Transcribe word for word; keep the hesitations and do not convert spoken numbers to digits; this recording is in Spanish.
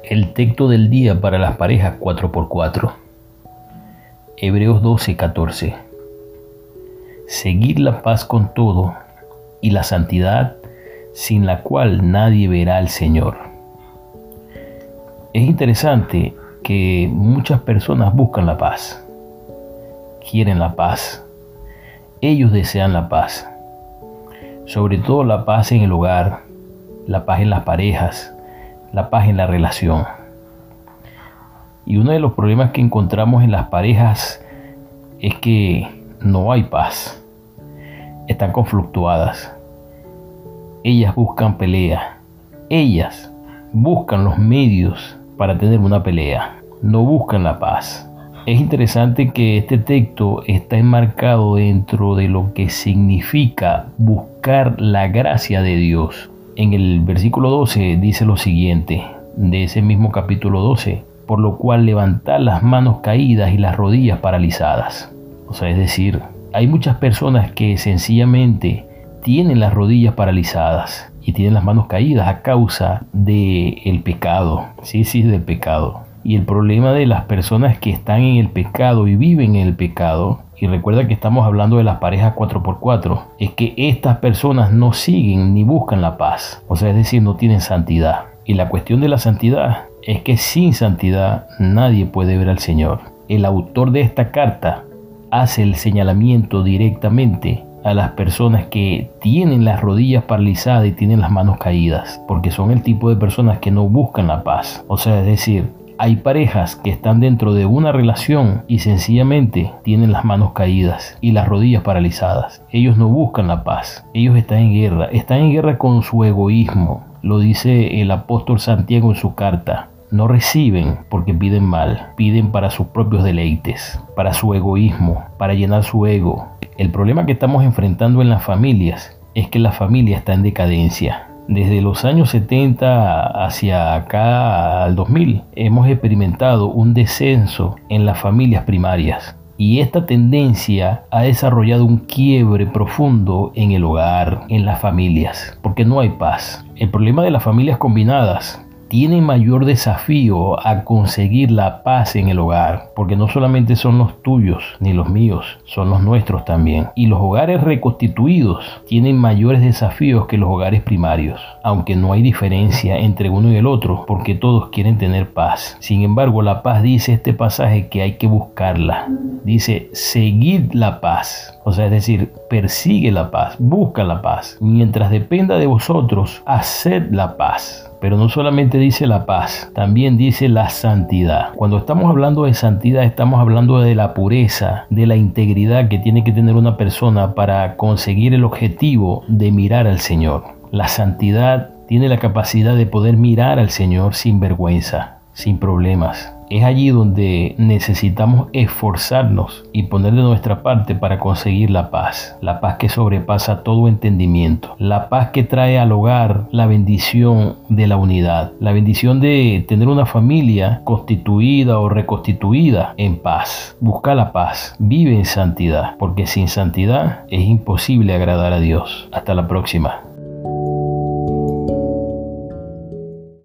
El texto del día para las parejas cuatro por cuatro. Hebreos doce, catorce. Seguid la paz con todo y la santidad, sin la cual nadie verá al Señor. Es interesante que muchas personas buscan la paz, quieren la paz, ellos desean la paz, sobre todo la paz en el hogar, la paz en las parejas, la paz en la relación. Y uno de los problemas que encontramos en las parejas es que no hay paz. Están conflictuadas. Ellas buscan pelea. Ellas buscan los medios para tener una pelea. No buscan la paz. Es interesante que este texto está enmarcado dentro de lo que significa buscar la gracia de Dios. En el versículo doce dice lo siguiente, de ese mismo capítulo doce, por lo cual levantad las manos caídas y las rodillas paralizadas. O sea, es decir, hay muchas personas que sencillamente tienen las rodillas paralizadas y tienen las manos caídas a causa del pecado. Sí, sí, del pecado. Y el problema de las personas que están en el pecado y viven en el pecado, y recuerda que estamos hablando de las parejas cuatro por cuatro, es que estas personas no siguen ni buscan la paz. O sea, es decir, no tienen santidad. Y la cuestión de la santidad es que sin santidad nadie puede ver al Señor. El autor de esta carta hace el señalamiento directamente a las personas que tienen las rodillas paralizadas y tienen las manos caídas, porque son el tipo de personas que no buscan la paz. O sea, es decir, hay parejas que están dentro de una relación y sencillamente tienen las manos caídas y las rodillas paralizadas. Ellos no buscan la paz. Ellos están en guerra. Están en guerra con su egoísmo. Lo dice el apóstol Santiago en su carta. No reciben porque piden mal. Piden para sus propios deleites, para su egoísmo, para llenar su ego. El problema que estamos enfrentando en las familias es que la familia está en decadencia. Desde los años setenta hacia acá al dos mil hemos experimentado un descenso en las familias primarias y esta tendencia ha desarrollado un quiebre profundo en el hogar, en las familias, porque no hay paz. El problema de las familias combinadas tiene mayor desafío a conseguir la paz en el hogar, porque no solamente son los tuyos ni los míos, son los nuestros también. Y los hogares reconstituidos tienen mayores desafíos que los hogares primarios, aunque no hay diferencia entre uno y el otro, porque todos quieren tener paz. Sin embargo, la paz, dice este pasaje, que hay que buscarla. Dice, seguid la paz. O sea, es decir, persigue la paz, busca la paz. Mientras dependa de vosotros, haced la paz. Pero no solamente dice la paz, también dice la santidad. Cuando estamos hablando de santidad, estamos hablando de la pureza, de la integridad que tiene que tener una persona para conseguir el objetivo de mirar al Señor. La santidad tiene la capacidad de poder mirar al Señor sin vergüenza, sin problemas. Es allí donde necesitamos esforzarnos y poner de nuestra parte para conseguir la paz. La paz que sobrepasa todo entendimiento. La paz que trae al hogar la bendición de la unidad. La bendición de tener una familia constituida o reconstituida en paz. Busca la paz. Vive en santidad. Porque sin santidad es imposible agradar a Dios. Hasta la próxima.